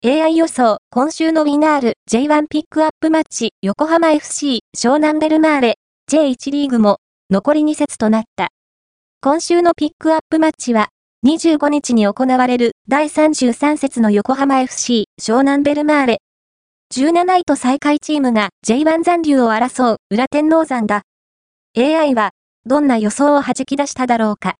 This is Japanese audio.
AI 予想、今週のウィナール J1 ピックアップマッチ、横浜 FC、湘南ベルマーレ、J1 リーグも、残り2節となった。今週のピックアップマッチは、25日に行われる第33節の横浜 FC、湘南ベルマーレ。17位と最下位チームが J1 残留を争う裏天王山だ。AI は、どんな予想を弾き出しただろうか。